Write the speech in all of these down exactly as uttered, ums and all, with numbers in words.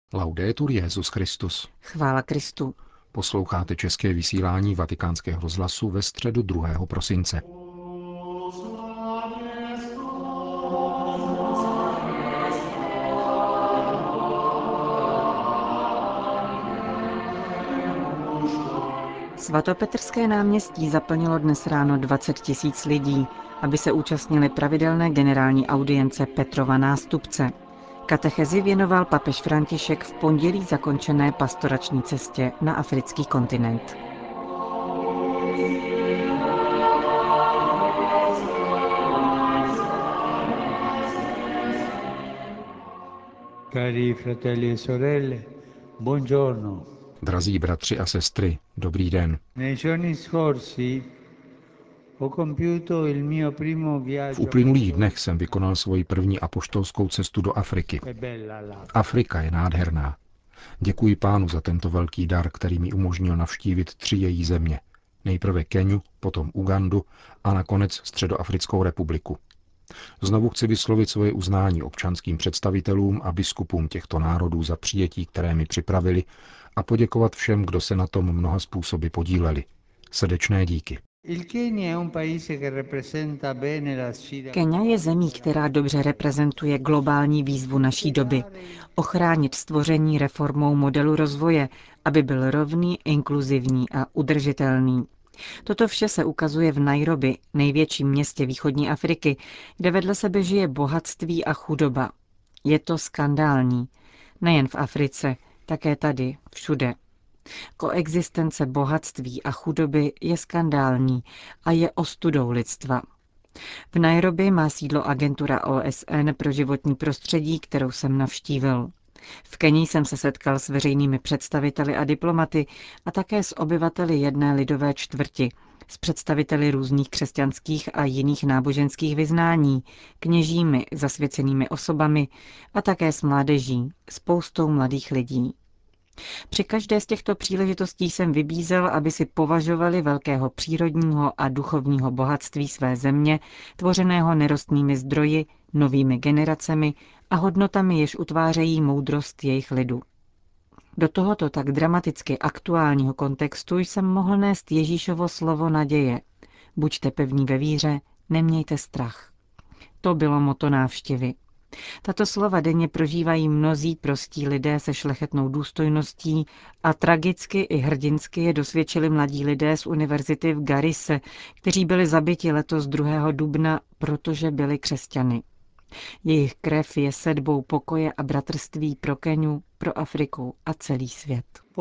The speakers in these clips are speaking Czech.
Laudetur Jesus Christus. Chvála Kristu. Posloucháte české vysílání Vatikánského rozhlasu ve středu druhého prosince. Svatopetrské náměstí zaplnilo dnes ráno dvacet tisíc lidí, aby se účastnili pravidelné generální audience Petrova nástupce. Katechezi věnoval papež František v pondělí zakončené pastorační cestě na africký kontinent. Cari fratelli e sorelle, buongiorno. Drazí bratři a sestry, dobrý den. Nei giorni scorsi ho compiuto il mio primo V viaggio. uplynulých dnech jsem vykonal svoji první apoštolskou cestu do Afriky. È bella là. Afrika je nádherná. Děkuji Pánu za tento velký dar, který mi umožnil navštívit tři její země. Nejprve Keniu, potom Ugandu a nakonec Středoafrickou republiku. Znovu chci vyslovit svoje uznání občanským představitelům a biskupům těchto národů za přijetí, které mi připravili, a poděkovat všem, kdo se na tom mnoha způsoby podíleli. Srdečné díky. Kenia je zemí, která dobře reprezentuje globální výzvu naší doby. Ochránit stvoření reformou modelu rozvoje, aby byl rovný, inkluzivní a udržitelný. Toto vše se ukazuje v Nairobi, největším městě východní Afriky, kde vedle sebe žije bohatství a chudoba. Je to skandální. Nejen v Africe, také tady, všude. Koexistence bohatství a chudoby je skandální a je ostudou lidstva. V Nairobi má sídlo agentura O S N pro životní prostředí, kterou jsem navštívil. V Kenii jsem se setkal s veřejnými představiteli a diplomaty a také s obyvateli jedné lidové čtvrti, s představiteli různých křesťanských a jiných náboženských vyznání, kněžími, zasvěcenými osobami a také s mládeží, spoustou mladých lidí. Při každé z těchto příležitostí jsem vybízel, aby si považovali velkého přírodního a duchovního bohatství své země, tvořeného nerostnými zdroji, novými generacemi a hodnotami, jež utvářejí moudrost jejich lidu. Do tohoto tak dramaticky aktuálního kontextu jsem mohl nést Ježíšovo slovo naděje. Buďte pevní ve víře, nemějte strach. To bylo motto návštěvy. Tato slova denně prožívají mnozí prostí lidé se šlechetnou důstojností a tragicky i hrdinsky je dosvědčili mladí lidé z univerzity v Garise, kteří byli zabiti letos druhého dubna, protože byli křesťany. Jejich krev je sedbou pokoje a bratrství pro Keniu, pro Afriku a celý svět.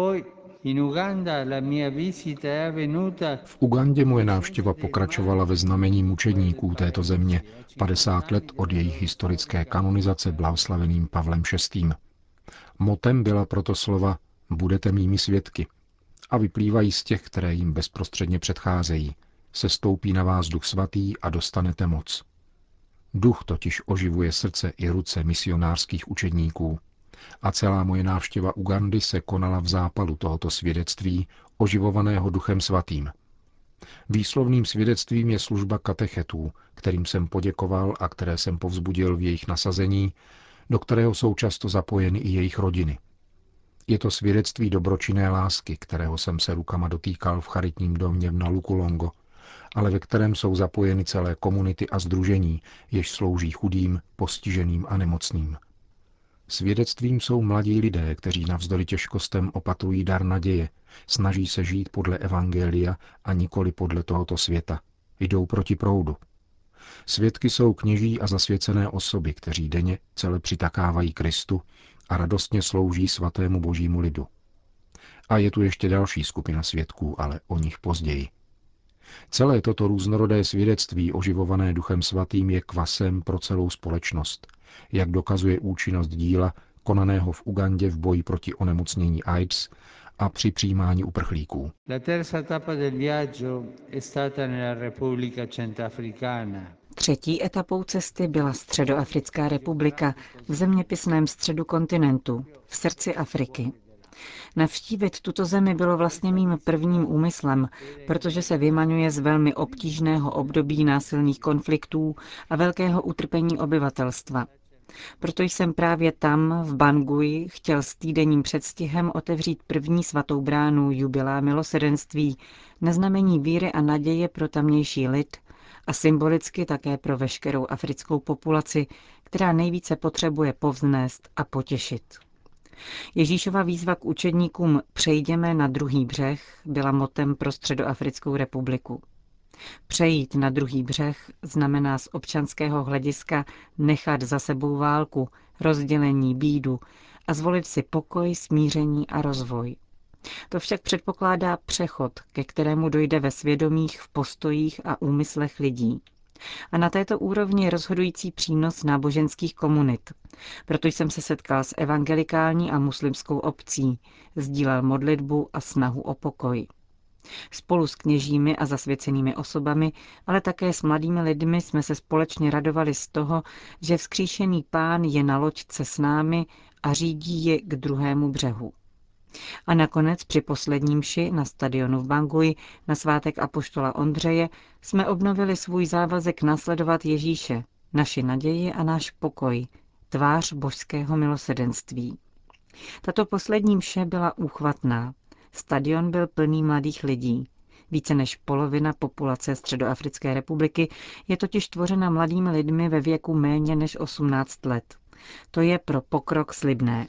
V Ugandě moje návštěva pokračovala ve znamení mučedníků této země, padesát let od jejich historické kanonizace blahoslaveným Pavlem šestým. Motem byla proto slova "budete mými svědky" a vyplývají z těch, které jim bezprostředně předcházejí. Sestoupí na vás Duch svatý a dostanete moc. Duch totiž oživuje srdce i ruce misionářských učedníků. A celá moje návštěva Ugandy se konala v zápalu tohoto svědectví, oživovaného Duchem svatým. Výslovným svědectvím je služba katechetů, kterým jsem poděkoval a které jsem povzbudil v jejich nasazení, do kterého jsou často zapojeny i jejich rodiny. Je to svědectví dobročinné lásky, kterého jsem se rukama dotýkal v charitním domě v Nalukulongo, ale ve kterém jsou zapojeny celé komunity a sdružení, jež slouží chudým, postiženým a nemocným. Svědectvím jsou mladí lidé, kteří navzdory těžkostem opatrují dar naděje, snaží se žít podle evangelia a nikoli podle tohoto světa. Jdou proti proudu. Svědky jsou kněží a zasvěcené osoby, kteří denně celé přitakávají Kristu a radostně slouží svatému božímu lidu. A je tu ještě další skupina svědků, ale o nich později. Celé toto různorodé svědectví oživované Duchem svatým je kvasem pro celou společnost, jak dokazuje účinnost díla konaného v Ugandě v boji proti onemocnění AIDS a při přijímání uprchlíků. Třetí etapou cesty byla Středoafrická republika v zeměpisném středu kontinentu, v srdci Afriky. Navštívit tuto zemi bylo vlastně mým prvním úmyslem, protože se vymaňuje z velmi obtížného období násilných konfliktů a velkého utrpení obyvatelstva. Proto jsem právě tam, v Bangui, chtěl s týdenním předstihem otevřít první svatou bránu jubilea milosrdenství na znamení víry a naděje pro tamnější lid a symbolicky také pro veškerou africkou populaci, která nejvíce potřebuje povznést a potěšit. Ježíšova výzva k učedníkům "Přejděme na druhý břeh" byla motem pro Středoafrickou republiku. Přejít na druhý břeh znamená z občanského hlediska nechat za sebou válku, rozdělení, bídu a zvolit si pokoj, smíření a rozvoj. To však předpokládá přechod, ke kterému dojde ve svědomích, v postojích a úmyslech lidí. A na této úrovni je rozhodující přínos náboženských komunit. Proto jsem se setkal s evangelikální a muslimskou obcí, sdílel modlitbu a snahu o pokoj. Spolu s kněžími a zasvěcenými osobami, ale také s mladými lidmi jsme se společně radovali z toho, že vzkříšený Pán je na loďce s námi a řídí ji k druhému břehu. A nakonec při posledním mši na stadionu v Bangui na svátek apoštola Ondřeje jsme obnovili svůj závazek následovat Ježíše, naši naději a náš pokoj, tvář božského milosrdenství. Tato poslední mše byla úchvatná. Stadion byl plný mladých lidí. Více než polovina populace Středoafrické republiky je totiž tvořena mladými lidmi ve věku méně než osmnáct let. To je pro pokrok slibné.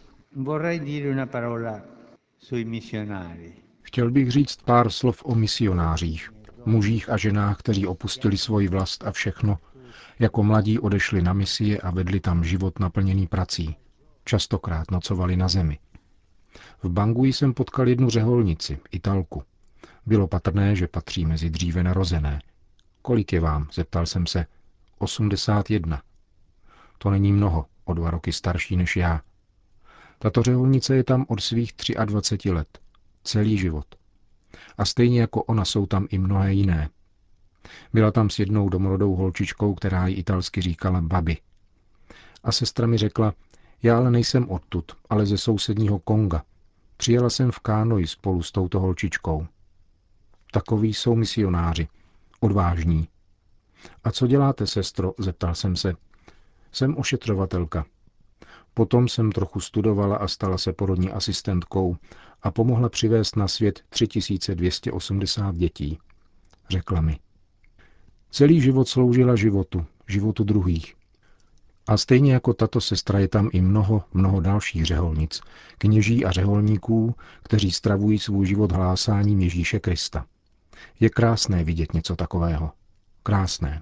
Chtěl bych říct pár slov o misionářích, mužích a ženách, kteří opustili svoji vlast a všechno, jako mladí odešli na misie a vedli tam život naplněný prací. Častokrát nocovali na zemi. V Bangui jsem potkal jednu řeholnici, Italku. Bylo patrné, že patří mezi dříve narozené. Kolik je vám? Zeptal jsem se. osmdesát jedna. To není mnoho, o dva roky starší než já. Tato řeholnice je tam od svých dvaceti tří let. Celý život. A stejně jako ona jsou tam i mnohé jiné. Byla tam s jednou domorodou holčičkou, která jí italsky říkala babi. A sestra mi řekla, já ale nejsem odtud, ale ze sousedního Konga. Přijela jsem v kánoji spolu s touto holčičkou. Takoví jsou misionáři. Odvážní. A co děláte, sestro? Zeptal jsem se. Jsem ošetřovatelka. Potom jsem trochu studovala a stala se porodní asistentkou a pomohla přivést na svět tři tisíce dvě stě osmdesát dětí. Řekla mi. Celý život sloužila životu, životu druhých. A stejně jako tato sestra je tam i mnoho, mnoho dalších řeholnic, kněží a řeholníků, kteří stravují svůj život hlásáním Ježíše Krista. Je krásné vidět něco takového. Krásné.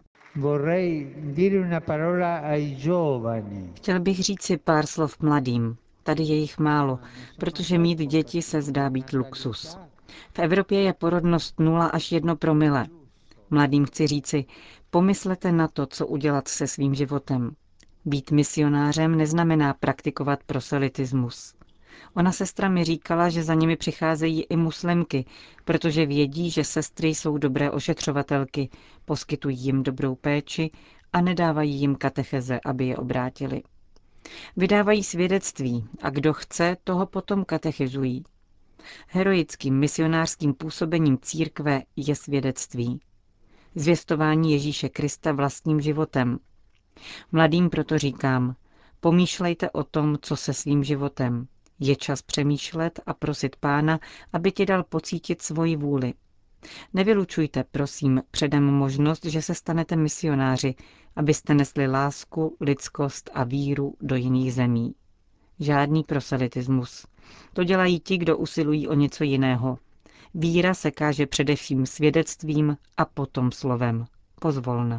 Chtěl bych říct si pár slov mladým. Tady je jich málo, protože mít děti se zdá být luxus. V Evropě je porodnost nula až jedno promile. Mladým chci říci, pomyslete na to, co udělat se svým životem. Být misionářem neznamená praktikovat proselitismus. Ona sestra mi říkala, že za nimi přicházejí i muslimky, protože vědí, že sestry jsou dobré ošetřovatelky, poskytují jim dobrou péči a nedávají jim katecheze, aby je obrátili. Vydávají svědectví a kdo chce, toho potom katechizují. Heroickým misionářským působením církve je svědectví. Zvěstování Ježíše Krista vlastním životem. Mladým proto říkám, pomýšlejte o tom, co se svým životem. Je čas přemýšlet a prosit Pána, aby ti dal pocítit svoji vůli. Nevylučujte, prosím, předem možnost, že se stanete misionáři, abyste nesli lásku, lidskost a víru do jiných zemí. Žádný proselitismus. To dělají ti, kdo usilují o něco jiného. Víra se káže především svědectvím a potom slovem. Pozvolna.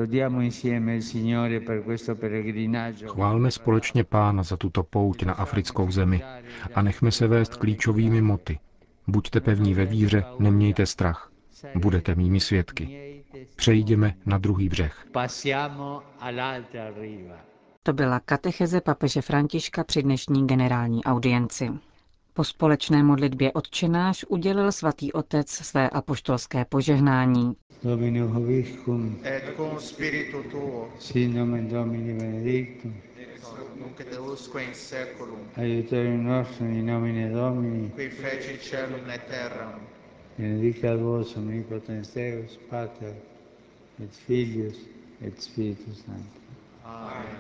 Chválme společně Pána za tuto pouť na africkou zemi a nechme se vést klíčovými moty. Buďte pevní ve víře, nemějte strach. Budete mými svědky. Přejdeme na druhý břeh. To byla katecheze papeže Františka při dnešní generální audienci. Po společné modlitbě Otčenáš udělil svatý otec své apoštolské požehnání. Domino Hoviscum, et cum spiritu tuo, sin nomen Domini benedictum, nunc et usque in seculum, aiuterium nostrum in nomine Domini, qui feci celum et terram, benedicat vos omnipotens Deus, Pater, et Filius, et Spiritus Sanctus. Amen.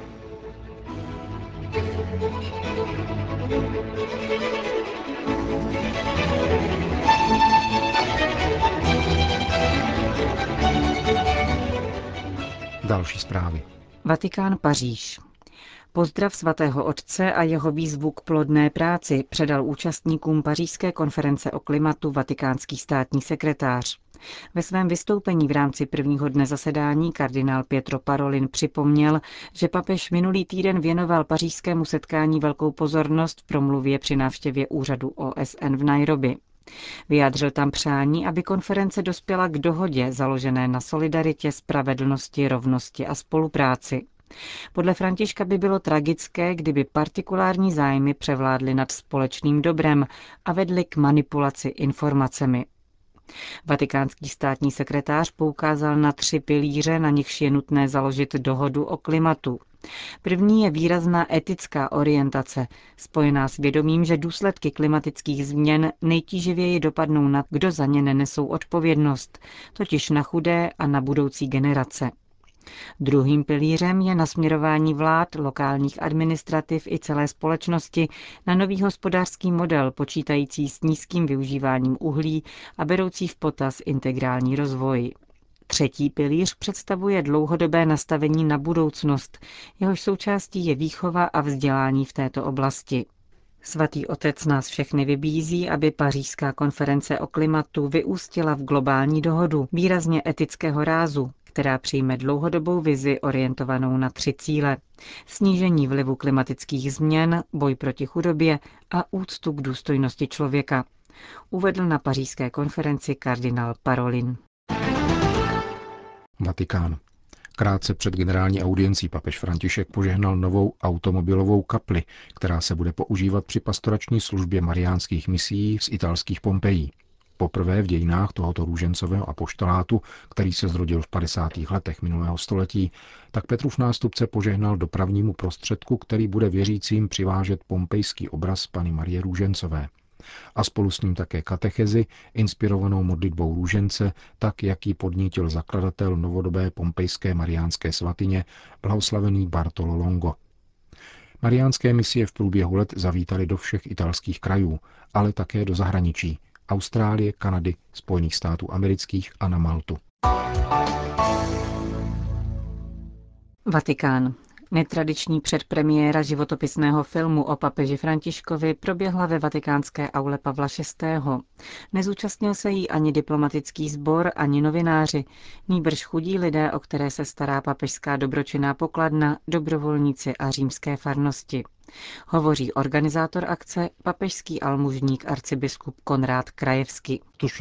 Další zprávy. Vatikán, Paříž. Pozdrav svatého otce a jeho výzvu k plodné práci předal účastníkům pařížské konference o klimatu vatikánský státní sekretář. Ve svém vystoupení v rámci prvního dne zasedání kardinál Pietro Parolin připomněl, že papež minulý týden věnoval pařížskému setkání velkou pozornost v promluvě při návštěvě úřadu O S N v Nairobi. Vyjádřil tam přání, aby konference dospěla k dohodě založené na solidaritě, spravedlnosti, rovnosti a spolupráci. Podle Františka by bylo tragické, kdyby partikulární zájmy převládly nad společným dobrem a vedly k manipulaci informacemi. Vatikánský státní sekretář poukázal na tři pilíře, na nichž je nutné založit dohodu o klimatu. První je výrazná etická orientace, spojená s vědomím, že důsledky klimatických změn nejtíživěji dopadnou na, kdo za ně nenesou odpovědnost, totiž na chudé a na budoucí generace. Druhým pilířem je nasměrování vlád, lokálních administrativ i celé společnosti na nový hospodářský model počítající s nízkým využíváním uhlí a beroucí v potaz integrální rozvoj. Třetí pilíř představuje dlouhodobé nastavení na budoucnost, jehož součástí je výchova a vzdělání v této oblasti. Svatý otec nás všechny vybízí, aby pařížská konference o klimatu vyústila v globální dohodu výrazně etického rázu, která přijme dlouhodobou vizi orientovanou na tři cíle. Snížení vlivu klimatických změn, boj proti chudobě a úctu k důstojnosti člověka, uvedl na pařížské konferenci kardinál Parolin. Vatikán. Krátce před generální audiencí papež František požehnal novou automobilovou kapli, která se bude používat při pastorační službě mariánských misií z italských Pompejí. Poprvé v dějinách tohoto růžencového apoštolátu, který se zrodil v padesátých letech minulého století, tak Petrův nástupce požehnal dopravnímu prostředku, který bude věřícím přivážet pompejský obraz Panny Marie Růžencové. A spolu s ním také katechezi, inspirovanou modlitbou růžence, tak jak ji podnítil zakladatel novodobé pompejské mariánské svatyně, blahoslavený Bartolo Longo. Mariánské misie v průběhu let zavítaly do všech italských krajů, ale také do zahraničí, Austrálie, Kanady, Spojených států amerických a na Maltu. Vatikán. Netradiční předpremiéra životopisného filmu o papeži Františkovi proběhla ve vatikánské aule Pavla šestého. Nezúčastnil se jí ani diplomatický sbor, ani novináři, nýbrž chudí lidé, o které se stará papežská dobročinná pokladna, dobrovolníci a římské farnosti. Hovoří organizátor akce, papežský almužník arcibiskup Konrád Krajewski.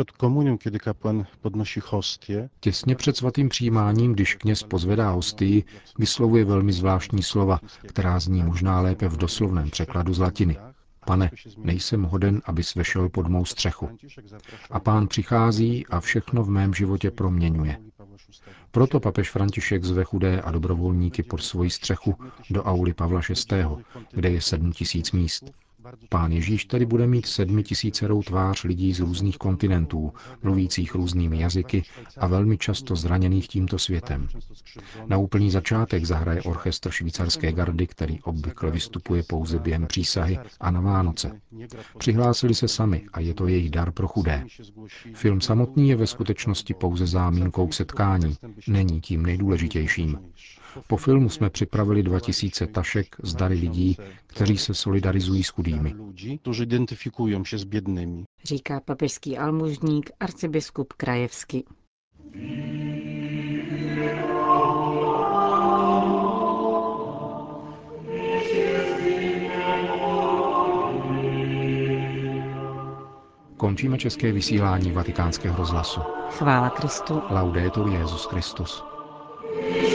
Těsně před svatým přijímáním, když kněz pozvedá hostii, vyslovuje velmi zvláštní slova, která zní možná lépe v doslovném překladu z latiny. Pane, nejsem hoden, abys vešel pod mou střechu. A Pán přichází a všechno v mém životě proměňuje. Proto papež František zve chudé a dobrovolníky pod svoji střechu do auly Pavla šestého, kde je sedm tisíc míst. Pán Ježíš tady bude mít sedmitisícerou tvář lidí z různých kontinentů, mluvících různými jazyky a velmi často zraněných tímto světem. Na úplný začátek zahraje orchestr švýcarské gardy, který obvykle vystupuje pouze během přísahy a na Vánoce. Přihlásili se sami a je to jejich dar pro chudé. Film samotný je ve skutečnosti pouze zámínkou k setkání, není tím nejdůležitějším. Po filmu jsme připravili dva tisíce tašek s dary lidí, kteří se solidarizují s chudými. Říká papežský almužník arcibiskup Krajewski. Končíme české vysílání Vatikánského rozhlasu. Chvála Kristu. Laudetur Jesus Christus.